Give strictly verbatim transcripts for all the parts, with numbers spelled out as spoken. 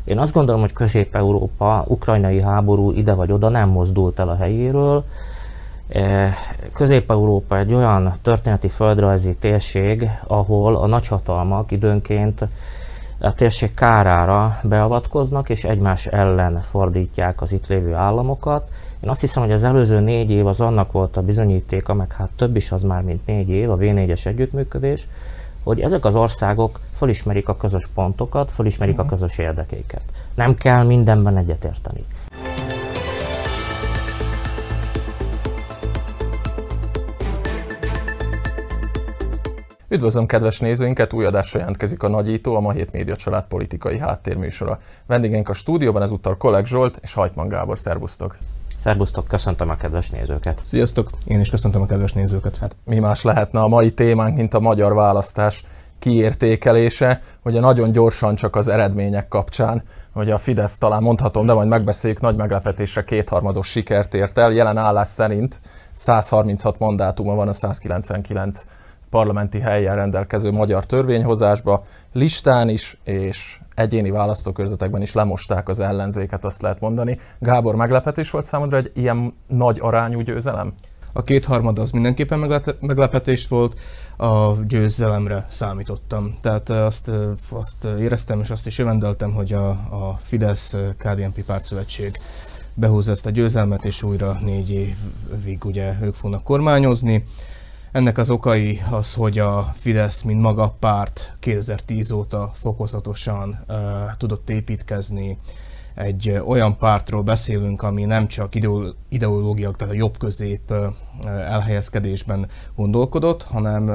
Én azt gondolom, hogy Közép-Európa, ukrajnai háború ide vagy oda nem mozdult el a helyéről. Közép-Európa egy olyan történeti földrajzi térség, ahol a nagyhatalmak időnként a térség kárára beavatkoznak, és egymás ellen fordítják az itt lévő államokat. Én azt hiszem, hogy az előző négy év az annak volt a bizonyítéka, meg hát több is az már, mint négy év, a vé négyes együttműködés, hogy ezek az országok felismerik a közös pontokat, felismerik a közös érdekeiket. Nem kell mindenben egyetérteni. Üdvözlöm kedves nézőinket, új adásra jelentkezik a Nagyító, a Ma Hét Média Család politikai háttérműsora. Vendégeink a stúdióban ezúttal Kolek Zsolt és Hajtman Gábor, szervusztok! Szervusztok, köszöntöm a kedves nézőket! Sziasztok! Én is köszöntöm a kedves nézőket! Hát mi más lehetne a mai témánk, mint a magyar választás kiértékelése, ugye nagyon gyorsan csak az eredmények kapcsán, hogy a Fidesz, talán mondhatom, de majd megbeszéljük, nagy meglepetésre kétharmados sikert ért el. Jelen állás szerint száz harminchat mandátuma van a száz kilencvenkilenc parlamenti helyen rendelkező magyar törvényhozásba, listán is és egyéni választókörzetekben is lemosták az ellenzéket, azt lehet mondani. Gábor, meglepetés volt számodra egy ilyen nagy arányú győzelem? A kétharmad az mindenképpen meglepetés volt, a győzelemre számítottam. Tehát azt, azt éreztem és azt is jövendeltem, hogy a, a Fidesz-ká dé en pé pártszövetség behúzza ezt a győzelmet, és újra négy évig ugye ők fognak kormányozni. Ennek az okai az, hogy a Fidesz, mint maga párt kétezer-tíz óta fokozatosan uh, tudott építkezni. Egy olyan pártról beszélünk, ami nem csak ideológiak, tehát a jobb-közép uh, elhelyezkedésben gondolkodott, hanem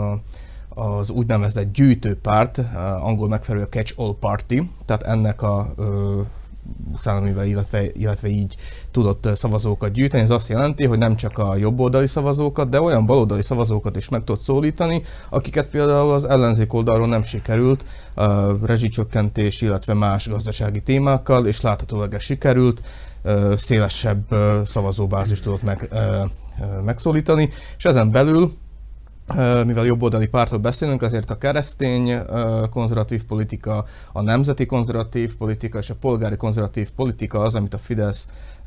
uh, az úgynevezett gyűjtőpárt, uh, angol megfelelő catch-all party, tehát ennek a uh, szállamivel, illetve, illetve így tudott szavazókat gyűjteni. Ez azt jelenti, hogy nem csak a jobboldali szavazókat, de olyan baloldali szavazókat is meg tudott szólítani, akiket például az ellenzék oldalról nem sikerült, a rezsicsökkentés, illetve más gazdasági témákkal, és láthatólag ez sikerült, szélesebb szavazóbázist tudott meg, megszólítani, és ezen belül, mivel jobboldali pártról beszélünk, azért a keresztény konzervatív politika, a nemzeti konzervatív politika és a polgári konzervatív politika az, amit a Fidesz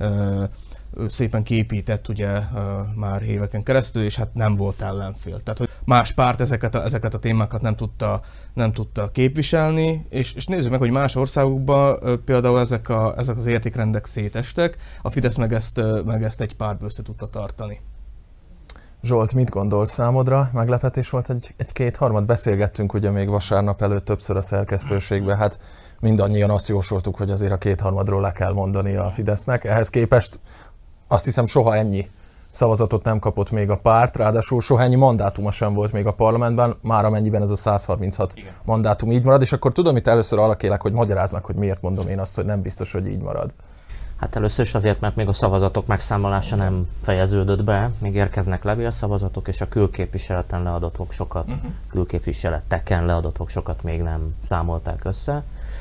szépen kiépített ugye már éveken keresztül, és hát nem volt ellenfél. Tehát, hogy más párt ezeket a, ezeket a témákat nem tudta, nem tudta képviselni, és, és nézzük meg, hogy más országokban például ezek, a, ezek az értékrendek szétestek, a Fidesz meg ezt, meg ezt egy pártba össze tudta tartani. Zsolt, mit gondol számodra? Meglepetés volt egy, egy kétharmad? Beszélgettünk ugye még vasárnap előtt többször a szerkesztőségben, hát mindannyian azt jósoltuk, hogy azért a kétharmadról le kell mondani a Fidesznek. Ehhez képest azt hiszem soha ennyi szavazatot nem kapott még a párt, ráadásul soha ennyi mandátuma sem volt még a parlamentben, már amennyiben ez a száz harminchat Igen. mandátum így marad, és akkor tudom, itt először arra kérlek, hogy magyarázd meg, hogy miért mondom én azt, hogy nem biztos, hogy így marad. Hát először is azért, mert még a szavazatok megszámolása nem fejeződött be, még érkeznek levélszavazatok, és a külképviseleten leadott voksokat, uh-huh. külképviseleteken leadott voksokat még nem számolták össze.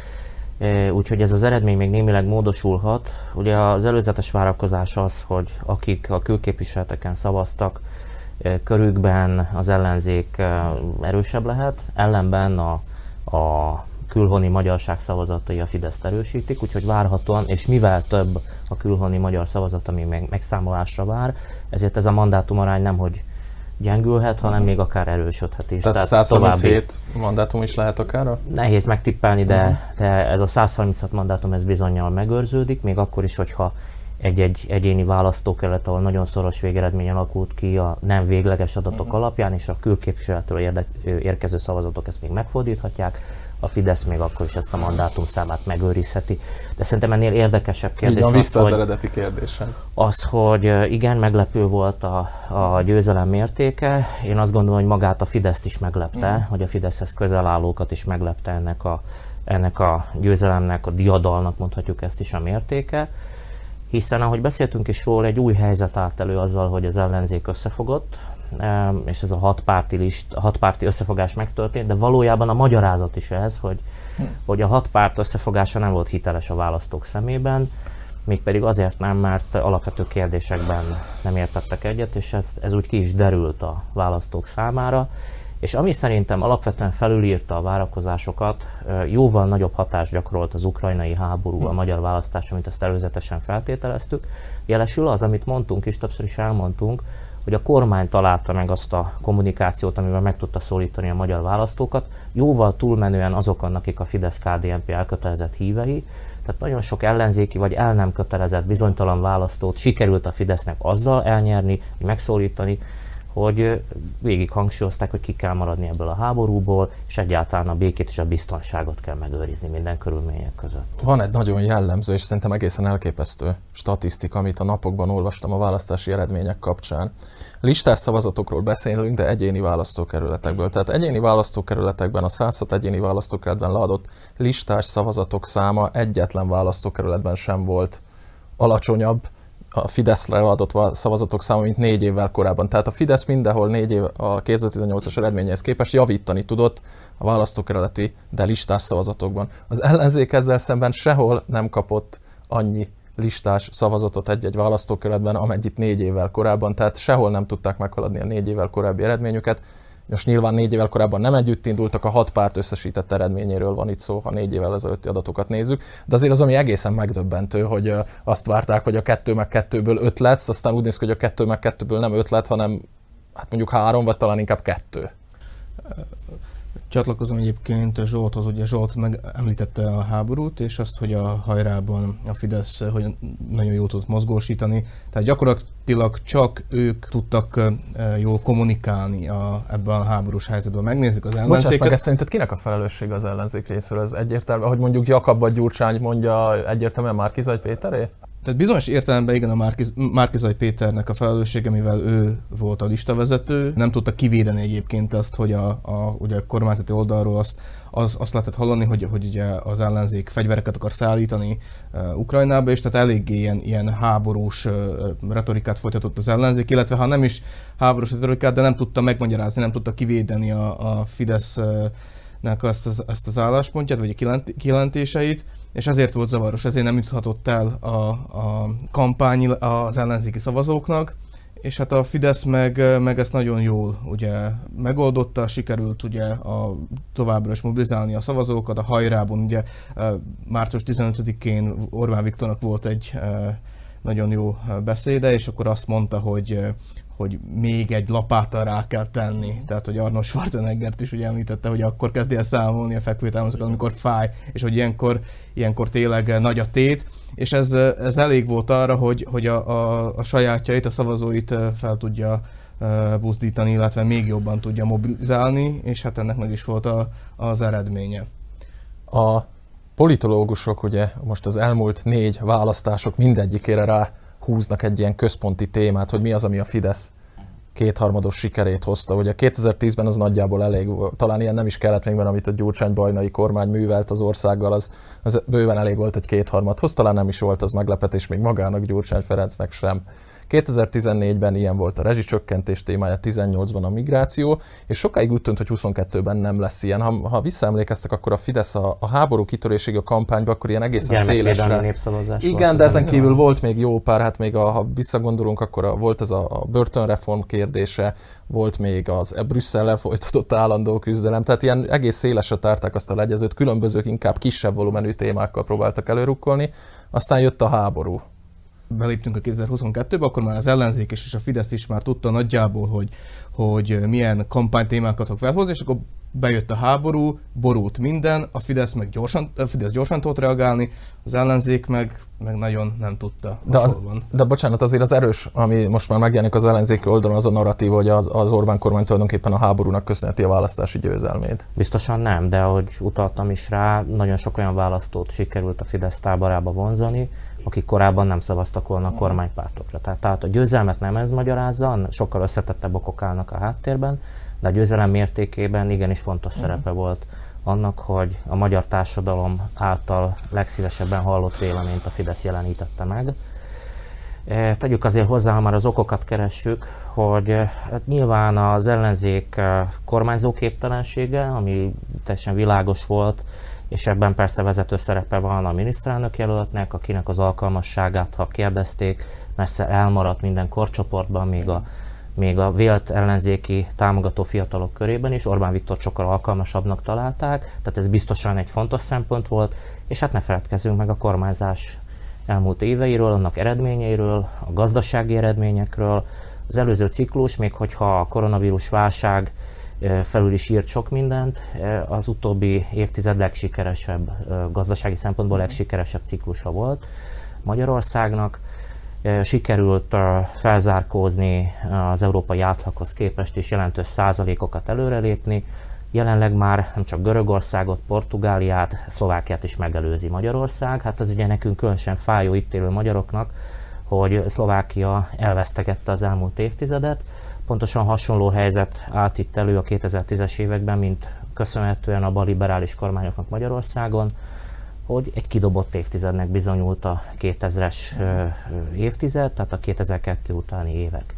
Úgyhogy ez az eredmény még némileg módosulhat. Ugye az előzetes várakozás az, hogy akik a külképviseleteken szavaztak, körükben az ellenzék erősebb lehet, ellenben a, a külhoni magyarság szavazatai a Fideszt erősítik, úgyhogy várhatóan, és mivel több a külhoni magyar szavazat, ami meg, megszámolásra vár, ezért ez a mandátumarány nemhogy gyengülhet, hanem uh-huh. még akár erősödhet is. Tehát, Tehát száz harminchét további... mandátum is lehet akár? Nehéz megtippelni, de, uh-huh. de ez a száz harminchat mandátum ez bizonnyal megőrződik, még akkor is, hogyha egy-egy egyéni választókerület, ahol nagyon szoros végeredmény alakult ki a nem végleges adatok uh-huh. alapján, és a külképviseletről érde, érkező szavazatok ezt még megfordíthatják, a Fidesz még akkor is ezt a mandátum számát megőrizheti. De szerintem ennél érdekesebb kérdés Így van, vissza az, az hogy, eredeti kérdéshez. Az, hogy igen, meglepő volt a, a győzelem mértéke. Én azt gondolom, hogy magát a Fideszt is meglepte, mm. hogy a Fideszhez közel állókat is meglepte ennek a, ennek a győzelemnek, a diadalnak mondhatjuk ezt is a mértéke. Hiszen, ahogy beszéltünk is róla, egy új helyzet állt elő azzal, hogy az ellenzék összefogott, és ez a hatpárti, list, hatpárti összefogás megtörtént, de valójában a magyarázat is ez, hogy, hm. hogy a hat párt összefogása nem volt hiteles a választók szemében, mégpedig azért nem, mert alapvető kérdésekben nem értettek egyet, és ez, ez úgy ki is derült a választók számára. És ami szerintem alapvetően felülírta a várakozásokat, jóval nagyobb hatást gyakorolt az ukrajnai háború a magyar választásra, mint azt előzetesen feltételeztük. Jelesül az, amit mondtunk is, többször is elmondtunk, hogy a kormány találta meg azt a kommunikációt, amivel meg tudta szólítani a magyar választókat, jóval túlmenően azokon, akik a Fidesz-ká dé en pé elkötelezett hívei. Tehát nagyon sok ellenzéki vagy el nem kötelezett bizonytalan választót sikerült a Fidesznek azzal elnyerni, vagy megszólítani, hogy végig hangsúlyozták, hogy ki kell maradni ebből a háborúból, és egyáltalán a békét és a biztonságot kell megőrizni minden körülmények között. Van egy nagyon jellemző, és szerintem egészen elképesztő statisztika, amit a napokban olvastam a választási eredmények kapcsán. Listás szavazatokról beszélünk, de egyéni választókerületekből. Tehát egyéni választókerületekben, a száz hat egyéni választókerületben leadott listás szavazatok száma egyetlen választókerületben sem volt alacsonyabb a Fideszre adott szavazatok száma, mint négy évvel korábban. Tehát a Fidesz mindenhol négy év a kétezer-tizennyolcas eredményhez képest javítani tudott a választókerületi, de listás szavazatokban. Az ellenzék ezzel szemben sehol nem kapott annyi listás szavazatot egy-egy választókerületben, amennyit négy évvel korábban, tehát sehol nem tudták meghaladni a négy évvel korábbi eredményüket. Most nyilván négy évvel korábban nem együtt indultak, a hat párt összesített eredményéről van itt szó, ha négy évvel ezelőtti adatokat nézzük, de azért az, ami egészen megdöbbentő, hogy azt várták, hogy a kettő meg kettőből öt lesz, aztán úgy néz ki, hogy a kettő meg kettőből nem öt lett, hanem hát mondjuk három, vagy talán inkább kettő. Csatlakozom egyébként Zsolthoz, ugye Zsolt meg említette a háborút, és azt, hogy a hajrában a Fidesz hogy nagyon jól tudott mozgósítani. Tehát gyakorlatilag csak ők tudtak jól kommunikálni a, ebben a háborús helyzetben. Megnézzük az ellenzéket. Bocsáss meg, ezt szerinted kinek a felelőssége az ellenzék részéről? Ez egyértelmű, hogy mondjuk Jakab vagy Gyurcsány mondja, egyértelműen Márki-Zay Péteré? Tehát bizonyos értelemben igen, a Márki-Zay Péternek a felelőssége, mivel ő volt a listavezető. Nem tudta kivédeni egyébként azt, hogy a, a, ugye a kormányzati oldalról azt, az, azt lehetett hallani, hogy, hogy ugye az ellenzék fegyvereket akar szállítani uh, Ukrajnába, és tehát eléggé ilyen, ilyen háborús uh, retorikát folytatott az ellenzék, illetve ha nem is háborús retorikát, de nem tudta megmagyarázni, nem tudta kivédeni a, a Fidesz uh, ezt az, ezt az álláspontját, vagy a kijelentéseit, és ezért volt zavaros, ezért nem juthatott el a, a kampány az ellenzéki szavazóknak, és hát a Fidesz meg, meg ezt nagyon jól ugye megoldotta, sikerült ugye a, továbbra is mobilizálni a szavazókat, a hajrában ugye március tizenötödikén Orbán Viktornak volt egy nagyon jó beszéde, és akkor azt mondta, hogy hogy még egy lapáttal rá kell tenni. Tehát, hogy Arnold Schwarzeneggert is ugye említette, hogy akkor kezdje el számolni a fekvőtámaszokat, amikor fáj, és hogy ilyenkor, ilyenkor tényleg nagy a tét. És ez, ez elég volt arra, hogy, hogy a, a, a sajátjait, a szavazóit fel tudja buzdítani, illetve még jobban tudja mobilizálni, és hát ennek meg is volt a, az eredménye. A politológusok ugye most az elmúlt négy választások mindegyikére rá húznak egy ilyen központi témát, hogy mi az, ami a Fidesz kétharmados sikerét hozta. Ugye kétezer-tízben az nagyjából elég, talán ilyen nem is kellett még, mert amit a Gyurcsány-Bajnai kormány művelt az országgal, az, az bőven elég volt egy kétharmadhoz, talán nem is volt az meglepetés még magának, Gyurcsány Ferencnek sem. kétezer-tizennégyben ilyen volt a rezsicsökkentés témája, tizennyolcban a migráció, és sokáig úgy tűnt, hogy huszonkettőben nem lesz ilyen. Ha, ha visszaemlékeztek, akkor a Fidesz a, a háború kitöréséig a kampányban, akkor ilyen egészen szélesre. Igen, de ezen kívül volt még jó pár, hát még a, ha visszagondolunk, akkor a, volt ez a, a börtönreform kérdése, volt még az e Brüsszellel folytatott állandó küzdelem, tehát ilyen egész szélesre tárták azt a legyezőt, különbözők inkább kisebb volumenű témákkal próbáltak előrukkolni, aztán jött a háború. Beléptünk a kétezer-huszonkettőbe, akkor már az ellenzék és a Fidesz is már tudta nagyjából, hogy, hogy milyen kampánytémákat fog felhozni, és akkor bejött a háború, borult minden, a Fidesz meg gyorsan, a Fidesz gyorsan tudott reagálni, az ellenzék meg, meg nagyon nem tudta. De, az, de bocsánat, azért az erős, ami most már megjelenik az ellenzéki oldalon, az a narratív, hogy az, az Orbán kormány tulajdonképpen a háborúnak köszönheti a választási győzelmét. Biztosan nem, de ahogy utaltam is rá, nagyon sok olyan választót sikerült a Fidesz táborába vonzani, akik korábban nem szavaztak volna a kormánypártokra. Tehát, tehát a győzelmet nem ez magyarázza, sokkal összetettebb okok állnak a háttérben, de a győzelem mértékében igenis fontos szerepe volt annak, hogy a magyar társadalom által legszívesebben hallott véleményt a Fidesz jelenítette meg. Tegyük azért hozzá, ha már az okokat keressük, hogy hát nyilván az ellenzék kormányzóképtelensége, ami teljesen világos volt, és ebben persze vezető szerepe van a miniszterelnök jelöltnek, akinek az alkalmasságát, ha kérdezték, messze elmaradt minden korcsoportban, még a még a vélt ellenzéki támogató fiatalok körében is Orbán Viktor sokkal alkalmasabbnak találták, tehát ez biztosan egy fontos szempont volt, és hát ne feledkezzünk meg a kormányzás elmúlt éveiről, annak eredményeiről, a gazdasági eredményekről. Az előző ciklus, még hogyha a koronavírus válság felül is írt sok mindent, az utóbbi évtized legsikeresebb, gazdasági szempontból legsikeresebb ciklusa volt Magyarországnak. Sikerült felzárkózni az európai átlaghoz képest is jelentős százalékokat előrelépni. Jelenleg már nem csak Görögországot, Portugáliát, Szlovákiát is megelőzi Magyarország. Hát ez ugye nekünk különösen fájó itt élő magyaroknak, hogy Szlovákia elvesztegette az elmúlt évtizedet. Pontosan hasonló helyzet állt itt elő a kétezer-tízes években, mint köszönhetően a balliberális kormányoknak Magyarországon, hogy egy kidobott évtizednek bizonyult a kétezres évtized, tehát a kétezer-kettő utáni évek.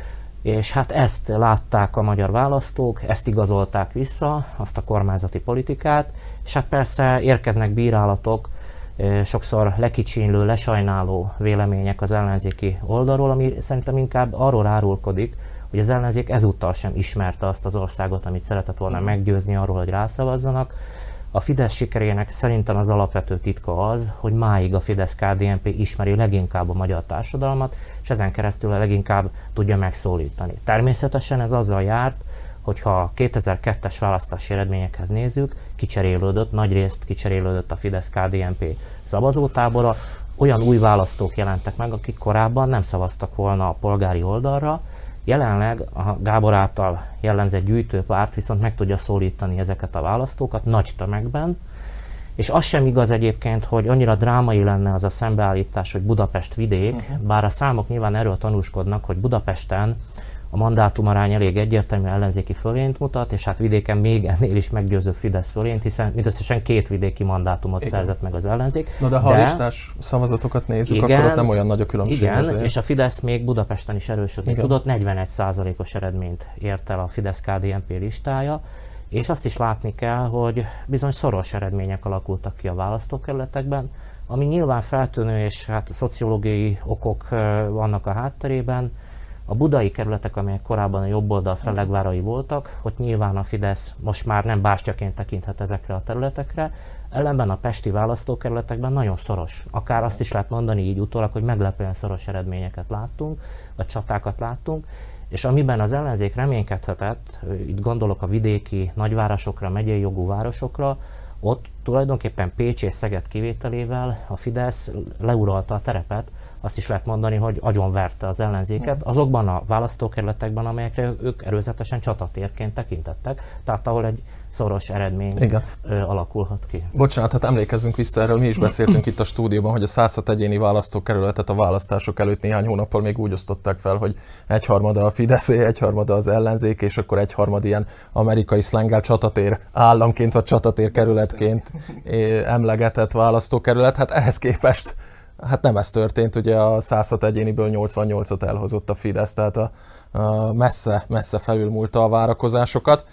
És hát ezt látták a magyar választók, ezt igazolták vissza, azt a kormányzati politikát, és hát persze érkeznek bírálatok, sokszor lekicsinlő, lesajnáló vélemények az ellenzéki oldalról, ami szerintem inkább arról árulkodik, hogy az ellenzék ezúttal sem ismerte azt az országot, amit szeretett volna meggyőzni arról, hogy rászavazzanak. A Fidesz sikerének szerintem az alapvető titka az, hogy máig a Fidesz-ká dé en pé ismeri leginkább a magyar társadalmat, és ezen keresztül leginkább tudja megszólítani. Természetesen ez azzal járt, hogyha a kétezer-kettes választási eredményekhez nézzük, kicserélődött, nagyrészt kicserélődött a Fidesz-ká dé en pé szavazótábora, olyan új választók jelentek meg, akik korábban nem szavaztak volna a polgári oldalra. Jelenleg a Gábor által jellemzett gyűjtőpárt viszont meg tudja szólítani ezeket a választókat nagy tömegben, és az sem igaz egyébként, hogy annyira drámai lenne az a szembeállítás, hogy Budapest vidék, uh-huh. bár a számok nyilván erről tanúskodnak, hogy Budapesten a mandátumarány elég egyértelmű ellenzéki fölényt mutat, és hát vidéken még ennél is meggyőző Fidesz fölényt, hiszen mindösszesen két vidéki mandátumot igen. szerzett meg az ellenzék. Na de ha de, a listás szavazatokat nézzük, igen, akkor ott nem olyan nagy a különbség. Igen, azért. És a Fidesz még Budapesten is erősödni igen. tudott, negyvenegy százalékos eredményt ért el a Fidesz-ká dé en pé listája, és azt is látni kell, hogy bizony szoros eredmények alakultak ki a választókerületekben, ami nyilván feltűnő, és hát szociológiai okok vannak a hátterében. A budai kerületek, amelyek korábban a jobb oldal fellegvárai voltak, ott nyilván a Fidesz most már nem bástyaként tekinthet ezekre a területekre, ellenben a pesti választókerületekben nagyon szoros. Akár azt is lehet mondani így utólag, hogy meglepően szoros eredményeket láttunk, vagy csatákat láttunk, és amiben az ellenzék reménykedhetett, itt gondolok a vidéki nagyvárosokra, megyei jogú városokra, ott tulajdonképpen Pécs és Szeged kivételével a Fidesz leuralta a terepet, azt is lehet mondani, hogy agyonverte az ellenzéket azokban a választókerületekben, amelyekre ők erőzetesen csatatérként tekintettek, tehát ahol egy szoros eredmény igen. alakulhat ki. Bocsánat, hát emlékezzünk vissza, erről mi is beszéltünk itt a stúdióban, hogy a száz hat egyéni választókerületet a választások előtt néhány hónappal még úgy osztották fel, hogy egyharmada a Fideszé, egyharmada az ellenzék, és akkor egyharmad ilyen amerikai szlenggel csatatér államként vagy csatatér kerületként emlegetett választókerület. Hát ehhez képest hát nem ez történt, ugye a száz hat egyéniből nyolcvannyolcat elhozott a Fidesz, tehát a, a messze, messze felülmúlta a várakozásokat.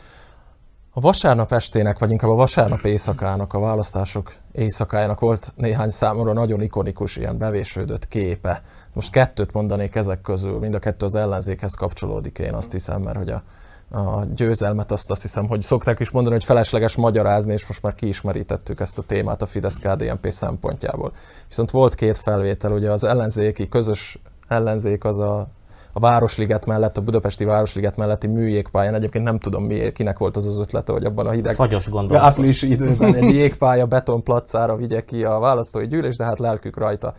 A vasárnap estének, vagy inkább a vasárnap éjszakának, a választások éjszakájának volt néhány számomra nagyon ikonikus ilyen bevésődött képe. Most kettőt mondanék ezek közül, mind a kettő az ellenzékhez kapcsolódik, én azt hiszem, mert hogy a, a győzelmet azt azt hiszem, hogy szokták is mondani, hogy felesleges magyarázni, és most már kiismerítettük ezt a témát a Fidesz-ká dé en pé szempontjából. Viszont volt két felvétel, ugye az ellenzéki, közös ellenzék az a a Városliget mellett, a budapesti Városliget melletti műjégpályán, egyébként nem tudom miért, kinek volt az az ötlete, hogy abban a hideg fagyos gondolat. áprilisi időben egy jégpálya betonplacára vigye ki a választói gyűlés, de hát lelkük rajta.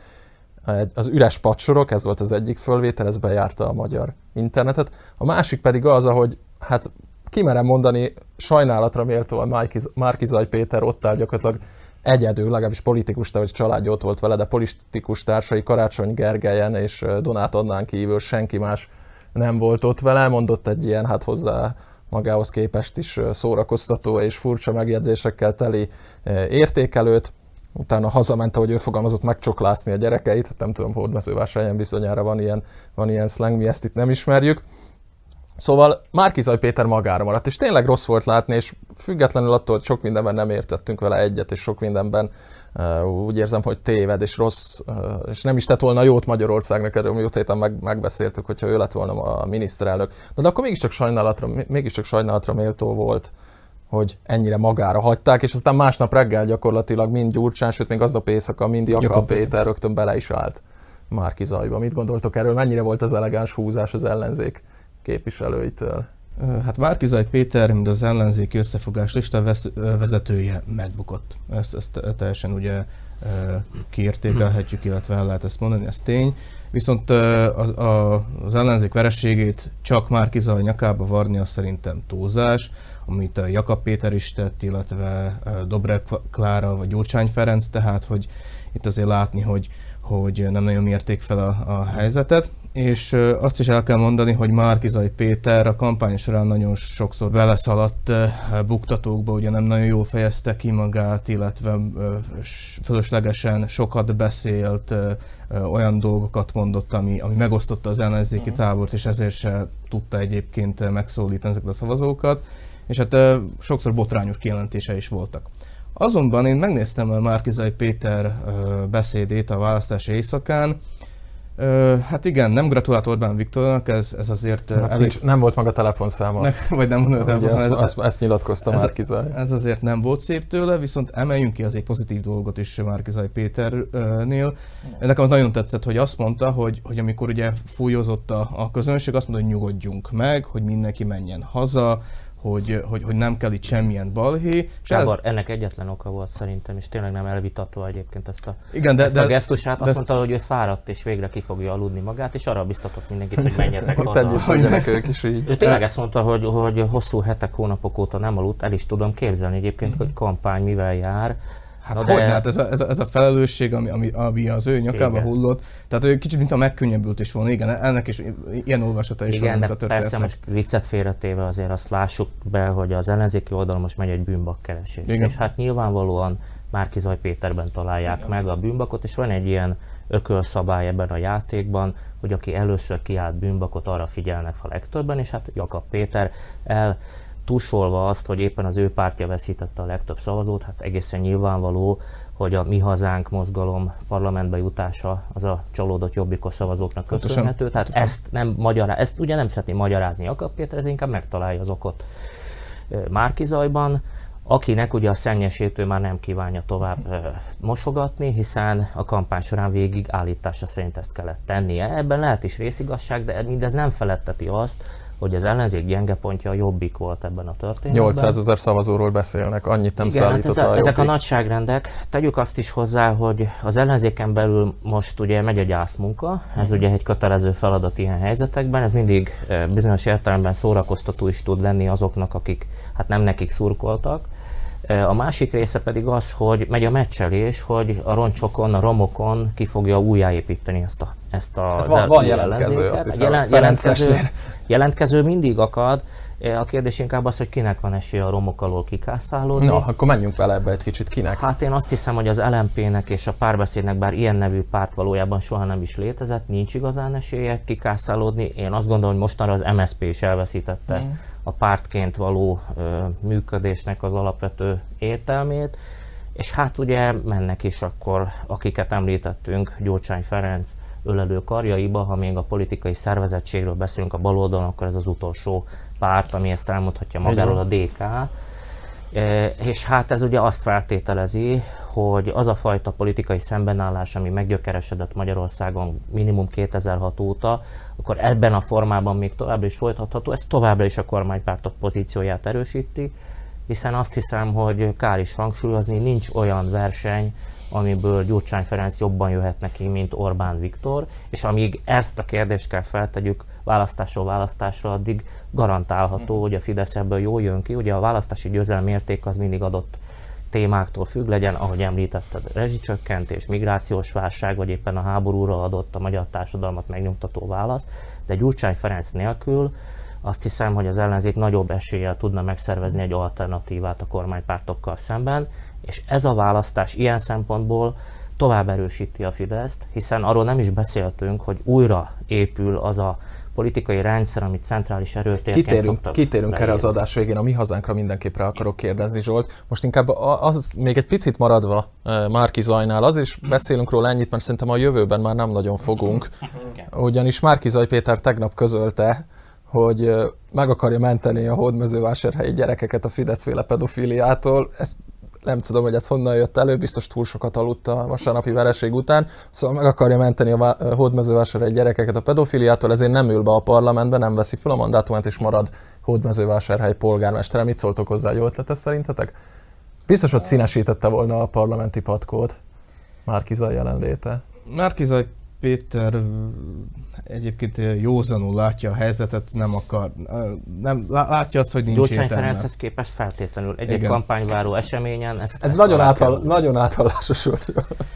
Az üres padsorok, ez volt az egyik fölvétel, ez bejárta a magyar internetet. A másik pedig az, ahogy hát kimerem mondani, sajnálatra méltóan Márki-Zay Péter ott áll gyakorlatilag egyedül, legalábbis politikus, hogy családja ott volt vele, de politikus társai Karácsony Gergelyen és Donát Annán kívül senki más nem volt ott vele, mondott egy ilyen, hát hozzá magához képest is szórakoztató és furcsa megjegyzésekkel teli értékelőt. Utána hazament, ahogy ő fogalmazott, megcsoklászni a gyerekeit, hát nem tudom, Hódmezővásárhelyen bizonyára van ilyen, van ilyen slang, mi ezt itt nem ismerjük. Szóval Márki-Zay Péter magára maradt, és tényleg rossz volt látni, és függetlenül attól, hogy sok mindenben nem értettünk vele egyet, és sok mindenben uh, úgy érzem, hogy téved, és rossz, uh, és nem is tett volna jót Magyarországnak, erről múlt héten meg, megbeszéltük, hogyha ő lett volna a miniszterelnök. De, de akkor mégiscsak sajnálatra, mégiscsak sajnálatra méltó volt, hogy ennyire magára hagyták, és aztán másnap reggel gyakorlatilag mind Gyurcsány, sőt még aznap éjszaka mind Jakab, Jakab Péter rögtön bele is állt Márki-Zayba. Mit gondoltok erről? Mennyire volt az elegáns húzás az ellenzék képviselőitől? Hát Márki-Zay Péter, mint az ellenzéki összefogás lista vezetője megbukott. Ezt, ezt teljesen ugye kiértékelhetjük, illetve el lehet ezt mondani, ez tény. Viszont az, az ellenzék vereségét csak Márki-Zay nyakába varni, az szerintem túlzás, amit Jakab Péter is tett, illetve Dobrev Klára vagy Gyurcsány Ferenc, tehát hogy itt azért látni, hogy, hogy nem nagyon mérték fel a, a helyzetet. És azt is el kell mondani, hogy Márki-Zay Péter a kampány során nagyon sokszor beleszaladt buktatókba, ugye nem nagyon jól fejezte ki magát, illetve fölöslegesen sokat beszélt, olyan dolgokat mondott, ami, ami megosztotta az ellenzéki tábort, és ezért se tudta egyébként megszólítani ezeket a szavazókat, és hát sokszor botrányos kijelentése is voltak. Azonban én megnéztem a Márki-Zay Péter beszédét a választási éjszakán. Uh, hát igen, nem gratulált Orbán Viktornak, ez, ez azért... Hát elég... nincs, nem volt maga telefonszáma. Ne, vagy nem mondom a telefonszáma. Ezt, ezt, ezt nyilatkozta ez, Márki-Zay. Ez azért nem volt szép tőle, viszont emeljünk ki azért pozitív dolgot is Márki-Zay Péternél. Nekem nagyon tetszett, hogy azt mondta, hogy, hogy amikor ugye fújozott a, a közönség, azt mondta, hogy nyugodjunk meg, hogy mindenki menjen haza, Hogy, hogy, hogy nem kell itt semmilyen balhé. Gábor, ez... ennek egyetlen oka volt szerintem, és tényleg nem elvitatva egyébként ezt a, Igen, de, ezt de, a gesztusát. Azt de, mondta, hogy ő fáradt, és végre ki fogja aludni magát, és arra biztatott mindenkit, hogy menjetek haza. Tegyék ők is így. Ő tényleg ezt mondta, hogy, hogy hosszú hetek, hónapok óta nem aludt, el is tudom képzelni egyébként, hogy kampány mivel jár. Hát hogy de... hát ez a, ez, a, ez a felelősség, ami, ami, ami az ő nyakába igen. hullott, tehát ő kicsit mint a megkönnyebbült is volna, igen, ennek is ilyen olvasata is igen, van de a történetnek. persze most viccet félretéve azért azt lássuk be, hogy az ellenzéki oldalon most megy egy bűnbakkeresés. Igen. És hát nyilvánvalóan Márki-Zay Péterben találják igen. meg a bűnbakot, és van egy ilyen ökölszabály ebben a játékban, hogy aki először kiállt bűnbakot, arra figyelnek fel legtöbben, és hát Jakab Péter el tusolva azt, hogy éppen az ő pártja veszítette a legtöbb szavazót, hát egészen nyilvánvaló, hogy a Mi Hazánk mozgalom parlamentbe jutása az a csalódott jobbikos szavazóknak köszönhető. Tehát pontosan. ezt nem magyaráz, ezt ugye nem szeretné magyarázni Jakab Péter, ez inkább megtalálja az okot Márki-Zayban, akinek ugye a szennyesítő már nem kívánja tovább ö, mosogatni, hiszen a kampány során végig állítása szerint ezt kellett tennie. Ebben lehet is részigazság, de mindez nem feletteti azt, hogy az ellenzék gyenge pontja a Jobbik volt ebben a történetben. nyolcszázezer szavazóról beszélnek, annyit nem igen, szállított hát ez a, a ezek a nagyságrendek. Tegyük azt is hozzá, hogy az ellenzéken belül most ugye megy a gyászmunka, ez ugye egy kötelező feladat ilyen helyzetekben, ez mindig bizonyos értelemben szórakoztató is tud lenni azoknak, akik hát nem nekik szurkoltak. A másik része pedig az, hogy megy a meccselés, hogy a roncsokon, a romokon ki fogja újjáépíteni ezt a ezt a hát van, van jelentkező, azt hiszem, Jelen, jelentkező, jelentkező mindig akad. A kérdés inkább az, hogy kinek van esélye a romok alól kikászálódni. Na, akkor menjünk vele ebbe egy kicsit, kinek? Hát én azt hiszem, hogy az el em pé-nek és a Párbeszédnek, bár ilyen nevű párt valójában soha nem is létezett, nincs igazán esélye kikászálódni. Én azt gondolom, hogy mostanra az em es zé pé is elveszítette mm. a pártként való ö, működésnek az alapvető értelmét. És hát ugye mennek is akkor, akiket említettünk, Gyurcsány Ferenc ölelő karjaiba, ha még a politikai szervezettségről beszélünk a baloldalon, akkor ez az utolsó párt, ami ezt elmondhatja magáról, a dé ká. E, és hát ez ugye azt feltételezi, hogy az a fajta politikai szembenállás, ami meggyökeresedett Magyarországon minimum kétezer-hat óta, akkor ebben a formában még továbbra is folytatható, ez továbbra is a kormánypártok pozícióját erősíti, hiszen azt hiszem, hogy kár is hangsúlyozni, nincs olyan verseny, amiből Gyurcsány Ferenc jobban jöhet neki, mint Orbán Viktor, és amíg ezt a kérdést kell feltegyük választásról választásra, addig garantálható, hogy a Fidesz ebből jól jön ki. Ugye a választási győzelem mérték az mindig adott témáktól függ, legyen, ahogy említetted, rezsicsökkentés, migrációs válság, vagy éppen a háborúra adott a magyar társadalmat megnyugtató válasz, de Gyurcsány Ferenc nélkül azt hiszem, hogy az ellenzék nagyobb eséllyel tudna megszervezni egy alternatívát a kormánypártokkal szemben, és ez a választás ilyen szempontból tovább erősíti a Fideszt, hiszen arról nem is beszéltünk, hogy újra épül az a politikai rendszer, amit centrális erőtérként Kitérünk, szoktak kitérünk erre az adás végén, a mi hazánkra mindenképpen akarok kérdezni, Zsolt. Most inkább az még egy picit maradva Márki Zajnál, az is beszélünk róla ennyit, mert szerintem a jövőben már nem nagyon fogunk. Ugyanis Márki Zaj Péter tegnap közölte, hogy meg akarja menteni a hódmezővásárhelyi gyerekeket a Fidesz-féle pedofiliától. Ezt nem tudom, hogy ez honnan jött elő, biztos túl sokat aludt a vasárnapi vereség után, szóval meg akarja menteni a hódmezővásárhelyi gyerekeket a pedofiliától, ezért nem ül be a parlamentbe, nem veszi fel a mandátumát és marad Hódmezővásárhely polgármestere. Mit szóltok hozzá, jó ötlet ez szerintetek? Biztos, hogy színesítette volna a parlamenti patkót Márki Zaj jelenléte. Márki Zaj Péter egyébként józanul látja a helyzetet, nem akar, nem, látja azt, hogy nincs Gyurcsány értelme. Ferenchez képest feltétlenül egy-egy kampányváró eseményen ezt Ez ezt nagyon, áthal, nagyon áthallásos volt.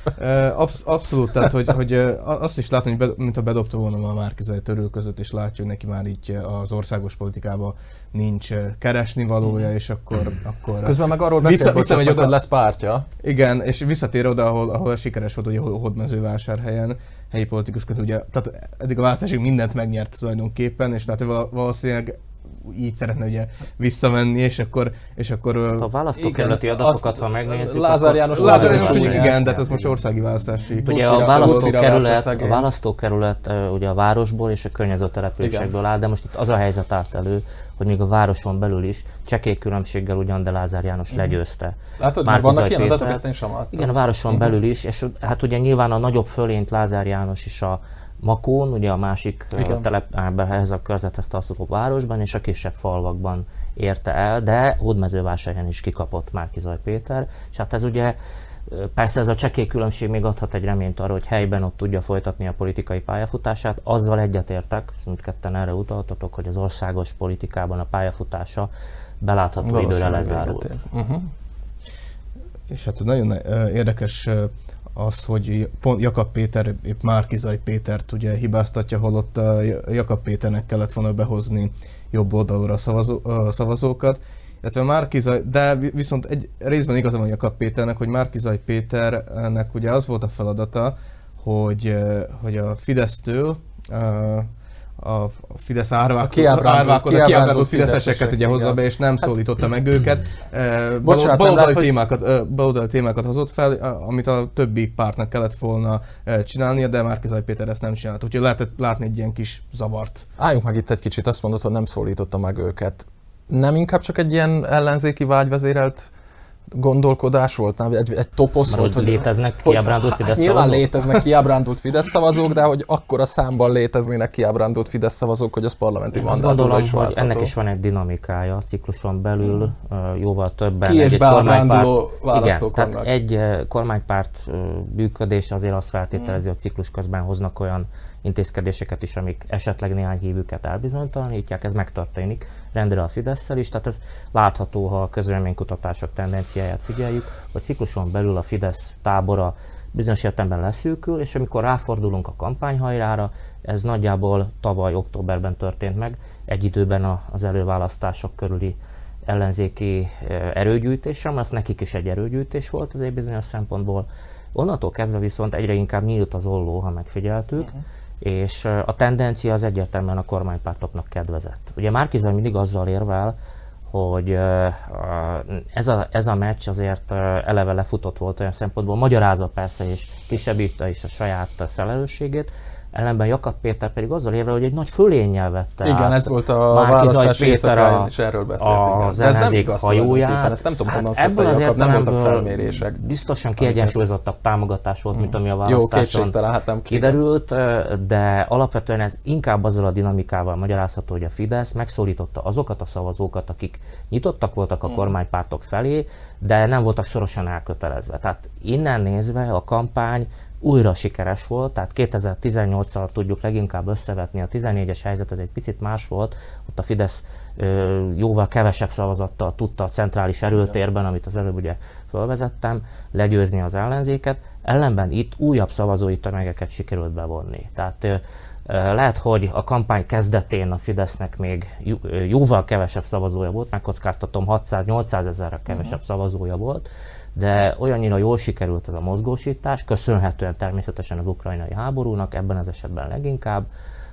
Absz- abszolút, tehát hogy, hogy azt is látom, hogy be, mint a bedobta volna a Márki Zaj törül között, és látja, hogy neki már így az országos politikában nincs keresnivalója, és akkor... akkor közben meg arról beszél, vissza, hogy oda lesz pártja. Igen, és visszatér oda, ahol, ahol sikeres volt, hogy a Hódmezővásárhelyen helyi politikusként, ugye, tehát eddig a választásig mindent megnyert tulajdonképpen, és tehát valószínűleg így szeretne ugye visszamenni, és akkor... És akkor a választókerületi adatokat, ha megnézzük, Lázár János, Lázár János igen, igen, de ez most országi választási... Ugye a választókerület, a választókerület ugye a városból és a környező településekből áll, de most itt az a helyzet állt elő, hogy még a városon belül is csekély különbséggel ugyan, de Lázár János uh-huh. legyőzte. Látod, már vannak ilyen adatok, ezt én sem láttam. Igen, a városon uh-huh. belül is, és hát ugye nyilván a nagyobb fölényt Lázár János is a Makón, ugye a másik telepben, ehhez a körzethez tartozó városban, és a kisebb falvakban érte el, de Hódmezővásárhelyen is kikapott Márki Zaj Péter, és hát ez ugye persze ez a csekély különbség még adhat egy reményt arra, hogy helyben ott tudja folytatni a politikai pályafutását. Azzal egyetértek, mindketten erre utaltatok, hogy az országos politikában a pályafutása belátható időre lezárult. Uh-huh. És hát nagyon érdekes az, hogy pont Jakab Péter, épp Márki Zaj Pétert ugye hibáztatja, holott Jakab Péternek kellett volna behozni jobb oldalra a szavazó, szavazókat. Illetve Márki Zaj, de viszont egy részben igaza van Jakab Péternek, hogy Márki Zaj Péternek ugye az volt a feladata, hogy, hogy a Fidesztől a Fidesz árválkodott, kiábrándult fideszeseket ugye hozza be, és nem hát, szólította meg őket. Bocsánat, baloldali témákat, hogy... témákat hozott fel, amit a többi pártnak kellett volna csinálnia, de Márki Zaj Péter ezt nem csinált. Úgyhogy lehetett látni egy ilyen kis zavart. Álljunk meg itt egy kicsit, azt mondod, hogy nem szólította meg őket. Nem inkább csak egy ilyen ellenzéki vágyvezérelt gondolkodás volt, nem? Egy, egy toposz volt, hogy léteznek kiábrándult Fidesz szavazók. Nyilván léteznek kiábrándult Fidesz szavazók, de hogy akkora számban léteznének kiábrándult Fidesz szavazók, hogy az parlamenti mandátumra is váltható. Ennek is van egy dinamikája a cikluson belül, hmm. jóval többen. Ki és beábránduló választók igen, vannak. Tehát egy kormánypárt működés azért azt feltételezi, hmm. hogy ciklus közben hoznak olyan intézkedéseket is, amik esetleg néhány hívőket elbizonytalanítják, ez megtörténik rendre a Fidesszel is, tehát ez látható, ha a közvéleménykutatások tendenciáját figyeljük, hogy cikluson belül a Fidesz tábora bizonyos értelemben leszűkül, és amikor ráfordulunk a kampányhajrára, ez nagyjából tavaly októberben történt meg, egy időben az előválasztások körüli ellenzéki erőgyűjtésem, az nekik is egy erőgyűjtés volt azért bizonyos szempontból. Onnantól kezdve viszont egyre inkább nyílt az olló, ha megfigyeltük, uh-huh. és a tendencia az egyértelműen a kormánypártoknak kedvezett. Ugye Márki Zaj mindig azzal érvel, hogy ez a, ez a meccs azért eleve lefutott volt olyan szempontból, magyarázza persze és kisebbítte is a saját felelősségét, ellenben Jakab Péter pedig azzal érvel, hogy egy nagy fölénnyel vette igen, át ez volt a választás éjszakán, és erről beszéltünk. Az ellenzék hajóját. Ezt nem tudom, honnan hát szokta Jakab, nem voltak felmérések. Biztosan kiegyensúlyozottabb támogatás volt, mint ami a választáson jó, hát nem kiderült, de alapvetően ez inkább azzal a dinamikával magyarázható, hogy a Fidesz megszólította azokat a szavazókat, akik nyitottak voltak a kormánypártok felé, de nem voltak szorosan elkötelezve. Tehát innen nézve a kampány újra sikeres volt, tehát kétezer-tizennyolccal tudjuk leginkább összevetni, a tizennégyes helyzet ez egy picit más volt, ott a Fidesz ö, jóval kevesebb szavazattal tudta a centrális erőtérben, amit az előbb ugye felvezettem, legyőzni az ellenzéket, ellenben itt újabb szavazói tömegeket sikerült bevonni. Tehát ö, lehet, hogy a kampány kezdetén a Fidesznek még jóval kevesebb szavazója volt, megkockáztatom hatszáz-nyolcszáz ezerre kevesebb uh-huh. szavazója volt, de olyannyira jól sikerült ez a mozgósítás, köszönhetően természetesen az ukrajnai háborúnak, ebben az esetben leginkább,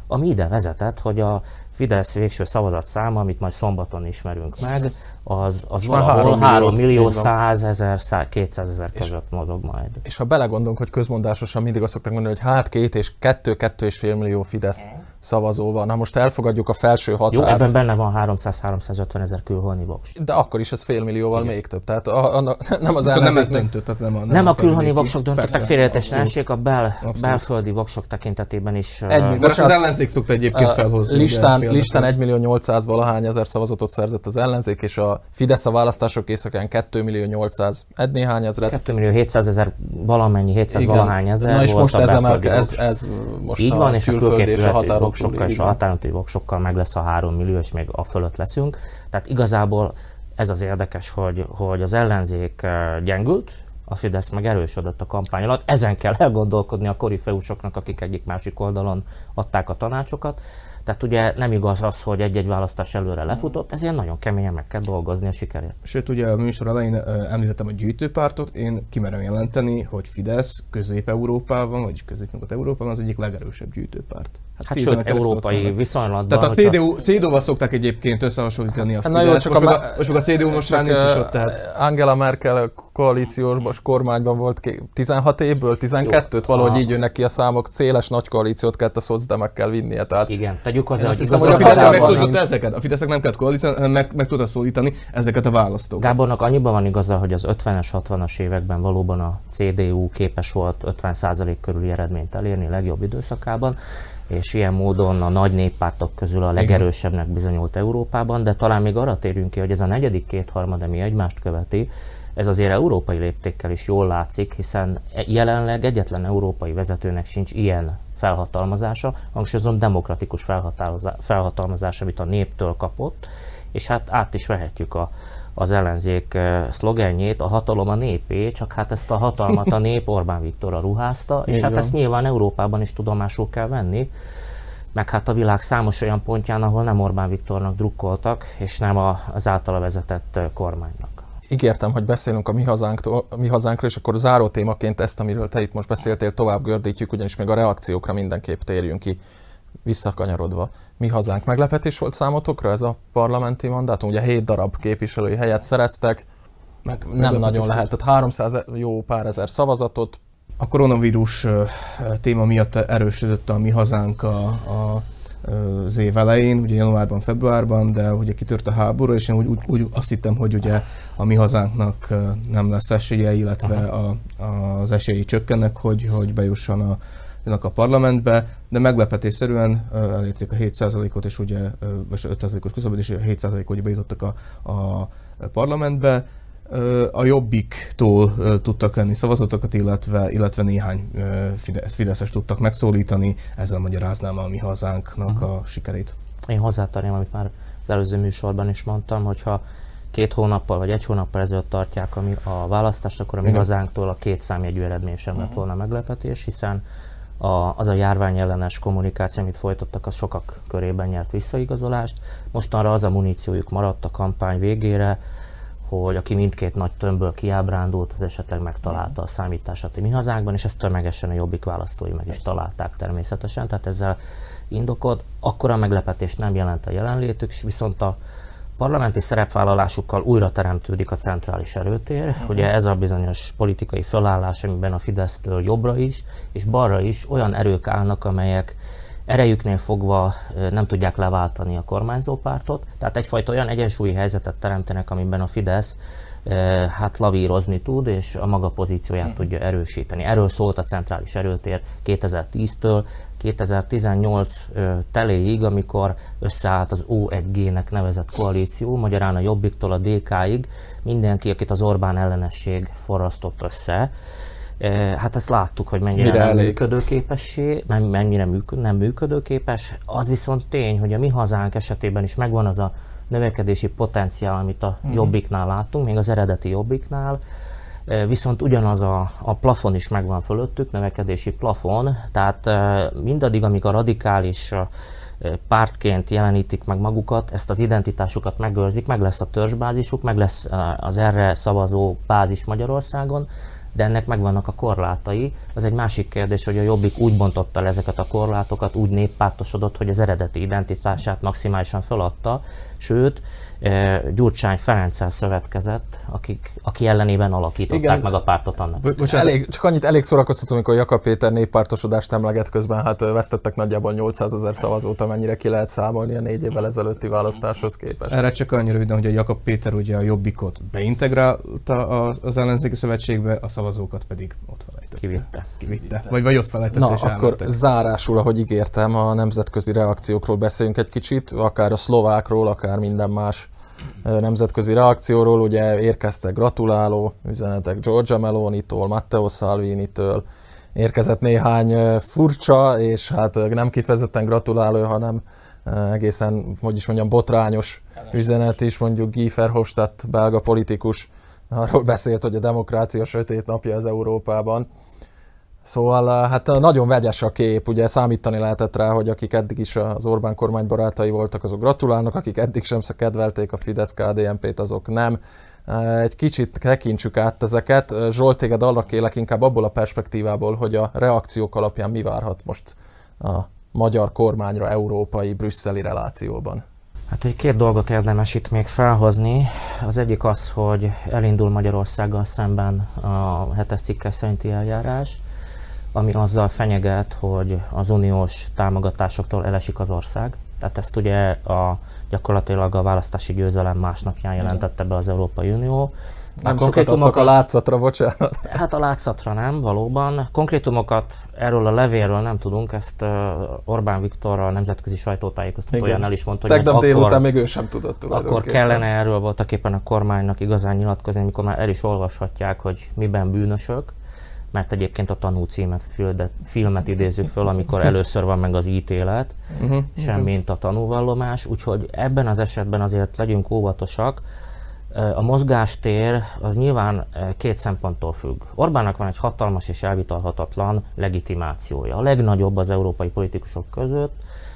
ami ide vezetett, hogy a Fidesz végső szavazatszáma, amit majd szombaton ismerünk meg, az, az valahol három millió százezer, kétszázezer között mozog majd. És ha belegondolunk, hogy közmondásosan mindig azt szokták mondani, hogy hát két és kettő, kettő és fél millió Fidesz szavazó van. Na most elfogadjuk a felső határt. Jó, ebben benne van háromszáz-háromszázötven ezer külhoni voks. De akkor is ez fél millióval igen. még több. Tehát a, a, nem az nem ez döntött, tehát nem a, nem nem a külhoni voksok döntöttek, félreértéstelenség, a bel, belföldi voksok tekintetében is. Egy, uh, most az ellenzék szokta egyébként felhozni. Listán, listán egy millió nyolcszáz valahány ezer szavazatot szerzett az ellenzék, és a Fidesz a választások éjszakán két millió nyolcszáz egy néhány ezret. két millió hétszázezer valamennyi, hétszáz igen. valahány ezer. Na és volt most a ez, emelke, ez, ez most így a van, és a külképviseleti voksokkal és a határokon voksokkal meg lesz a három millió, és még a fölött leszünk. Tehát igazából ez az érdekes, hogy, hogy az ellenzék gyengült, a Fidesz meg erősödött a kampány alatt. Ezen kell elgondolkodni a korifeusoknak, akik egyik-másik oldalon adták a tanácsokat. Tehát ugye nem igaz az, hogy egy-egy választás előre lefutott, ezért nagyon keményen meg kell dolgozni a sikerét. Sőt, ugye a műsor elején említettem a gyűjtőpártot, én kimerem jelenteni, hogy Fidesz Közép-Európában, vagy Közép-Nyugat-Európában az egyik legerősebb gyűjtőpárt. Hát, hát sőt, európai viszonylatban. Tehát a cé dé u, cé dé u-val szokták egyébként összehasonlítani a Fidesz, jó, csak most, a, meg a, most meg a cé dé u most már nincs is ott. Tehát. Angela Merkel koalíciós kormányban volt tizenhat évből, tizenkettőt, valahogy a... így jönnek ki a számok, széles nagy koalíciót kellett a szocdemekkel vinnie. Tehát... Igen, tegyük hozzá, hogy hiszem, hogy a Fidesz megszólította ezeket, a Fidesznek nem kellett koalíció, meg, meg tudta szólítani ezeket a választókat. Gábornak annyiban van igaza, hogy az ötvenes, hatvanas években valóban a cé dé u képes volt ötven százalék körüli eredményt elérni legjobb időszakában, és ilyen módon a nagy néppártok közül a legerősebbnek bizonyult Európában, de talán még arra térjünk ki, hogy ez a negyedik kétharmad, ami egymást követi, ez azért európai léptékkel is jól látszik, hiszen jelenleg egyetlen európai vezetőnek sincs ilyen felhatalmazása, hangsúlyozom demokratikus felhatalmazás, amit a néptől kapott, és hát át is vehetjük a, az ellenzék szlogenjét, a hatalom a népé, csak hát ezt a hatalmat a nép Orbán Viktorra ruházta, és hát ezt nyilván Európában is tudomásul kell venni, meg hát a világ számos olyan pontján, ahol nem Orbán Viktornak drukkoltak, és nem az általa vezetett kormánynak. Ígértem, hogy beszélünk a mi, hazánktól, a mi hazánkról, és akkor záró témaként ezt, amiről te itt most beszéltél, tovább gördítjük, ugyanis még a reakciókra mindenképp térjünk ki, visszakanyarodva. Mi hazánk meglepetés volt számotokra ez a parlamenti mandátum? Ugye hét darab képviselői helyet szereztek, meg, nem nagyon lehetett, háromszáz jó pár ezer szavazatot. A koronavírus téma miatt erősödött a mi hazánk a, a az év elején, ugye januárban, februárban, de ugye kitört a háború, és én úgy, úgy, úgy azt hittem, hogy ugye a mi hazánknak nem lesz esélye, illetve a, az esélyei csökkennek, hogy, hogy bejusson a, a parlamentbe, de meglepetésszerűen elérték a hét százalékot, és ugye, vagy öt százalékos küszöböt, és hét százalékot bejutottak a, a parlamentbe. A Jobbiktól tudtak venni szavazatokat, illetve, illetve néhány fideszes tudtak megszólítani, ezzel magyaráznám a mi hazánknak a sikerét. Én hozzátenném, amit már az előző műsorban is mondtam, hogyha két hónappal vagy egy hónappal ezelőtt tartják a, mi, a választást, akkor a mi hazánktól a két számjegyű eredmény sem lett volna meglepetés, hiszen a, az a járvány ellenes kommunikáció, amit folytattak, az sokak körében nyert visszaigazolást. Mostanra az a muníciójuk maradt a kampány végére, hogy aki mindkét nagy tömbből kiábrándult, az esetleg megtalálta a számítását a mi hazánkban, és ezt tömegesen a Jobbik választói meg is találták természetesen, tehát ezzel indokod. Akkora meglepetést nem jelent a jelenlétük, viszont a parlamenti szerepvállalásukkal újra teremtődik a centrális erőtér. Uh-huh. Ugye ez a bizonyos politikai fölállás, amiben a Fidesztől jobbra is, és balra is olyan erők állnak, amelyek erejüknél fogva nem tudják leváltani a kormányzó pártot, tehát egyfajta olyan egyensúlyi helyzetet teremtenek, amiben a Fidesz hát lavírozni tud, és a maga pozícióját hmm. tudja erősíteni. Erről szólt a centrális erőtér kétezer-tíztől kétezer-tizennyolc teléig, amikor összeállt az o egy gé-nek nevezett koalíció, magyarán a Jobbiktól a dé ká-ig, mindenki, akit az Orbán ellenesség forrasztott össze. Hát ezt láttuk, hogy mennyire Mire nem működőképessé, mennyire működ, nem működőképes. Az viszont tény, hogy a mi hazánk esetében is megvan az a növekedési potenciál, amit a uh-huh. Jobbiknál láttunk, még az eredeti Jobbiknál, viszont ugyanaz a, a plafon is megvan fölöttük, növekedési plafon, tehát mindaddig, amíg a radikális pártként jelenítik meg magukat, ezt az identitásukat megőrzik, meg lesz a törzsbázisuk, meg lesz az erre szavazó bázis Magyarországon, de ennek megvannak a korlátai. Az egy másik kérdés, hogy a Jobbik úgy bontotta le ezeket a korlátokat, úgy néppártosodott, hogy az eredeti identitását maximálisan feladta, sőt, Gyurcsány Ferenccel szövetkezett, akik, aki ellenében alakították igen, meg a pártot annak. Bo- elég, csak annyit elég szórakoztató, amikor Jakab Péter néppártosodást emleget, közben hát vesztettek nagyjából nyolcszázezer szavazót, amennyire ki lehet számolni a négy évvel ezelőtti választáshoz képest. Erre csak annyira röviden, hogy a Jakab Péter ugye a Jobbikot beintegrálta az ellenzéki szövetségbe, a szavazókat pedig ott felejtette. Kivitte. Kivitte. Vagy, vagy ott felejtette. Na, és akkor elmentek. Zárásul, ahogy ígértem, a nemzetközi reakciókról beszéljünk egy kicsit, akár a szlovákról, akár minden más nemzetközi reakcióról. Ugye érkeztek gratuláló üzenetek Giorgia Melonitól, Matteo Salvinitől, érkezett néhány furcsa, és hát nem kifejezetten gratuláló, hanem egészen, hogy is mondjam, botrányos üzenet is, mondjuk Guy Verhofstadt, belga politikus, arról beszélt, hogy a demokrácia sötét napja az Európában. Szóval hát nagyon vegyes a kép, ugye számítani lehetett rá, hogy akik eddig is az Orbán kormány barátai voltak, azok gratulálnak, akik eddig sem kedvelték a Fidesz-ká dé en pét, azok nem. Egy kicsit tekintsük át ezeket. Zsolt, téged arra kérlek inkább abból a perspektívából, hogy a reakciók alapján mi várhat most a magyar kormányra európai, brüsszeli relációban. Hát, hogy két dolgot érdemes itt még felhozni. Az egyik az, hogy elindul Magyarországgal szemben a hetes cikkely szerinti eljárás, ami azzal fenyeget, hogy az uniós támogatásoktól elesik az ország. Tehát ezt ugye a, gyakorlatilag a választási győzelem másnapján jelentette be az Európai Unió. Nem sokat adnak a látszatra, bocsánat. Hát a látszatra nem, valóban. Konkrétumokat erről a levélről nem tudunk, ezt Orbán Viktor a nemzetközi sajtótájékoztatóján el is mondta, hogy tegnap délután még ő sem tudott akkor kellene erről voltaképpen a kormánynak igazán nyilatkozni, amikor már el is olvashatják, hogy miben bűnösök, mert egyébként a tanú címet, filmet idézzük föl, amikor először van meg az ítélet, uh-huh, semmint a tanúvallomás, úgyhogy ebben az esetben azért legyünk óvatosak. A mozgástér az nyilván két szemponttól függ. Orbánnak van egy hatalmas és elvitathatatlan legitimációja, a legnagyobb az európai politikusok között,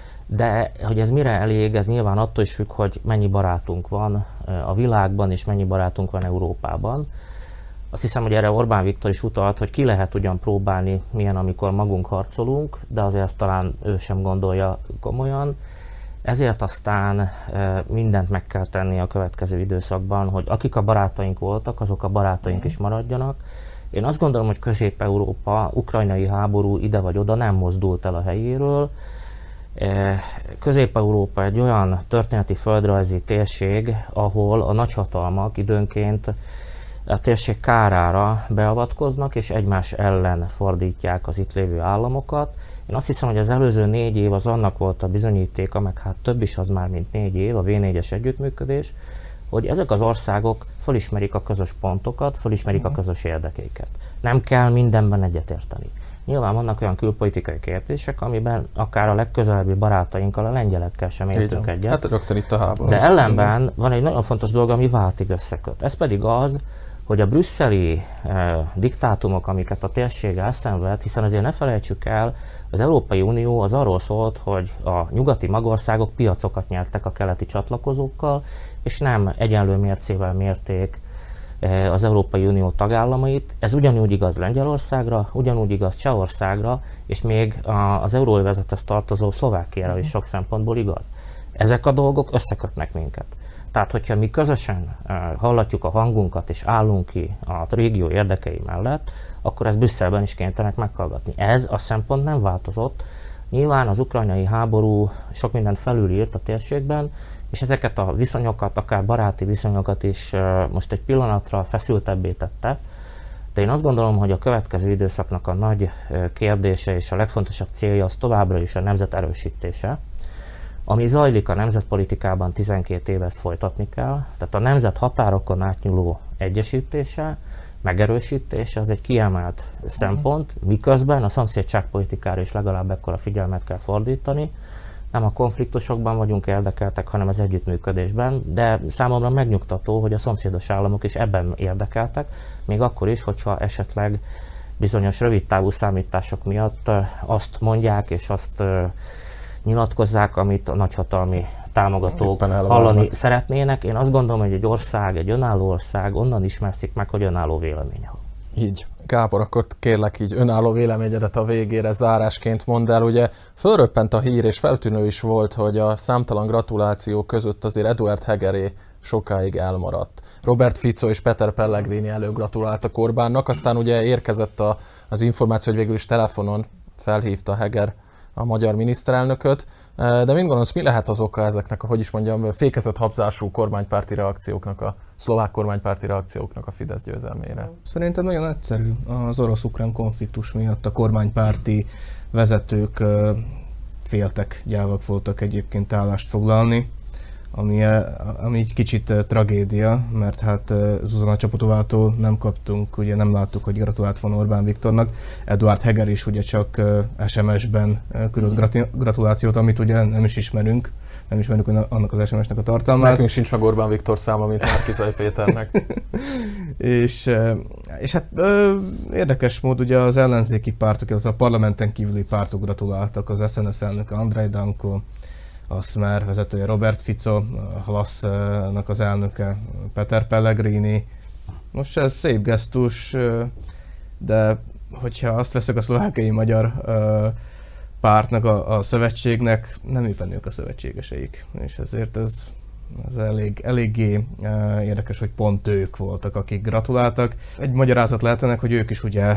de hogy ez mire elég, ez nyilván attól is függ, hogy mennyi barátunk van a világban és mennyi barátunk van Európában. Azt hiszem, hogy erre Orbán Viktor is utalt, hogy ki lehet ugyan próbálni, milyen, amikor magunk harcolunk, de azért ezt talán ő sem gondolja komolyan. Ezért aztán mindent meg kell tenni a következő időszakban, hogy akik a barátaink voltak, azok a barátaink is maradjanak. Én azt gondolom, hogy Közép-Európa, ukrajnai háború ide vagy oda nem mozdult el a helyéről. Közép-Európa egy olyan történeti földrajzi térség, ahol a nagyhatalmak időnként a térség kárára beavatkoznak, és egymás ellen fordítják az itt lévő államokat. Én azt hiszem, hogy az előző négy év az annak volt a bizonyítéka, meg hát több is az már, mint négy év, a vé négyes együttműködés, hogy ezek az országok felismerik a közös pontokat, felismerik a közös érdekeiket. Nem kell mindenben egyetérteni. Nyilván vannak olyan külpolitikai kérdések, amiben akár a legközelebbi barátainkkal, a lengyelekkel sem értünk egyet. Hát rögtön itt a háború. De ellenben van egy nagyon fontos dolog, ami váltig összeköt. Ez pedig az, hogy a brüsszeli eh, diktátumok, amiket a térség elszenved, hiszen azért ne felejtsük el, az Európai Unió az arról szólt, hogy a nyugati magországok piacokat nyertek a keleti csatlakozókkal, és nem egyenlő mércével mérték eh, az Európai Unió tagállamait. Ez ugyanúgy igaz Lengyelországra, ugyanúgy igaz Csehországra, és még a, az euróövezethez tartozó Szlovákiára is sok szempontból igaz. Ezek a dolgok összekötnek minket. Tehát, hogyha mi közösen uh, hallatjuk a hangunkat és állunk ki a régió érdekei mellett, akkor ezt Brüsszelben is kénytelenek meghallgatni. Ez a szempont nem változott. Nyilván az ukrajnai háború sok mindent felülírt a térségben, és ezeket a viszonyokat, akár baráti viszonyokat is uh, most egy pillanatra feszültebbé tette. De én azt gondolom, hogy a következő időszaknak a nagy uh, kérdése és a legfontosabb célja az továbbra is a nemzet erősítése. Ami zajlik a nemzetpolitikában tizenkét éve, ezt folytatni kell. Tehát a nemzet határokon átnyúló egyesítése, megerősítése az egy kiemelt szempont, miközben a szomszédságpolitikára is legalább ekkora figyelmet kell fordítani. Nem a konfliktusokban vagyunk érdekeltek, hanem az együttműködésben, de számomra megnyugtató, hogy a szomszédos államok is ebben érdekeltek, még akkor is, hogyha esetleg bizonyos rövidtávú számítások miatt azt mondják és azt nyilatkozzák, amit a nagyhatalmi támogatók hallani szeretnének. Én azt gondolom, hogy egy ország, egy önálló ország onnan ismerszik meg, hogy önálló véleménye van. Így. Gábor, akkor kérlek így önálló véleményedet a végére zárásként mondd el. Ugye fölröppent a hír, és feltűnő is volt, hogy a számtalan gratuláció között azért Eduard Hegeré sokáig elmaradt. Robert Fico és Peter Pellegrini előgratuláltak Orbánnak, aztán ugye érkezett a, az információ, hogy végül is telefonon felhívta Heger a magyar miniszterelnököt, de mind gondolsz, mi lehet az oka ezeknek a, hogy is mondjam, fékezett habzású kormánypárti reakcióknak, a szlovák kormánymárti reakcióknak a Fidesz győzelmére? Szerintem nagyon egyszerű. Az orosz-ukrán konfliktus miatt a kormánypárti vezetők féltek, gyávak voltak egyébként állást foglalni, ami, ami egy kicsit tragédia, mert hát Zuzana Csapotovától nem kaptunk, ugye nem láttuk, hogy gratulált volna Orbán Viktornak. Eduard Heger is ugye csak es em es-ben küldött gratulációt, amit ugye nem is ismerünk, nem ismerünk annak az es em es-nek a tartalmát. Nekünk sincs meg Orbán Viktor száma, mint Márki-Zay Péternek. és, és hát érdekes mód ugye az ellenzéki pártok, az a parlamenten kívüli pártok gratuláltak, az es en es elnöke Andrej Danko, a Smer vezetője Robert Fico, a Hlasznak az elnöke Peter Pellegrini. Most ez szép gesztus, de hogyha azt veszek a szlovákiai magyar pártnak, a, a szövetségnek, nem éppen ők a szövetségeseik. És ezért ez, ez elég, eléggé érdekes, hogy pont ők voltak, akik gratuláltak. Egy magyarázat lehetnek, hogy ők is ugye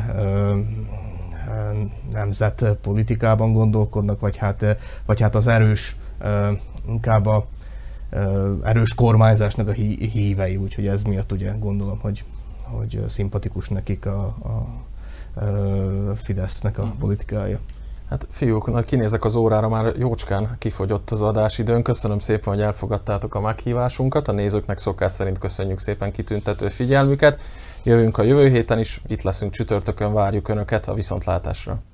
nemzetpolitikában gondolkodnak, vagy hát, vagy hát az erős, inkább a erős kormányzásnak a hívei, úgyhogy ez miatt ugye gondolom, hogy, hogy szimpatikus nekik a, a, a Fidesznek a politikája. Hát fiúk, kinézek az órára, már jócskán kifogyott az adásidőn. Köszönöm szépen, hogy elfogadtátok a meghívásunkat. A nézőknek szokás szerint köszönjük szépen kitüntető figyelmüket. Jövünk a jövő héten is, itt leszünk csütörtökön, várjuk Önöket a viszontlátásra.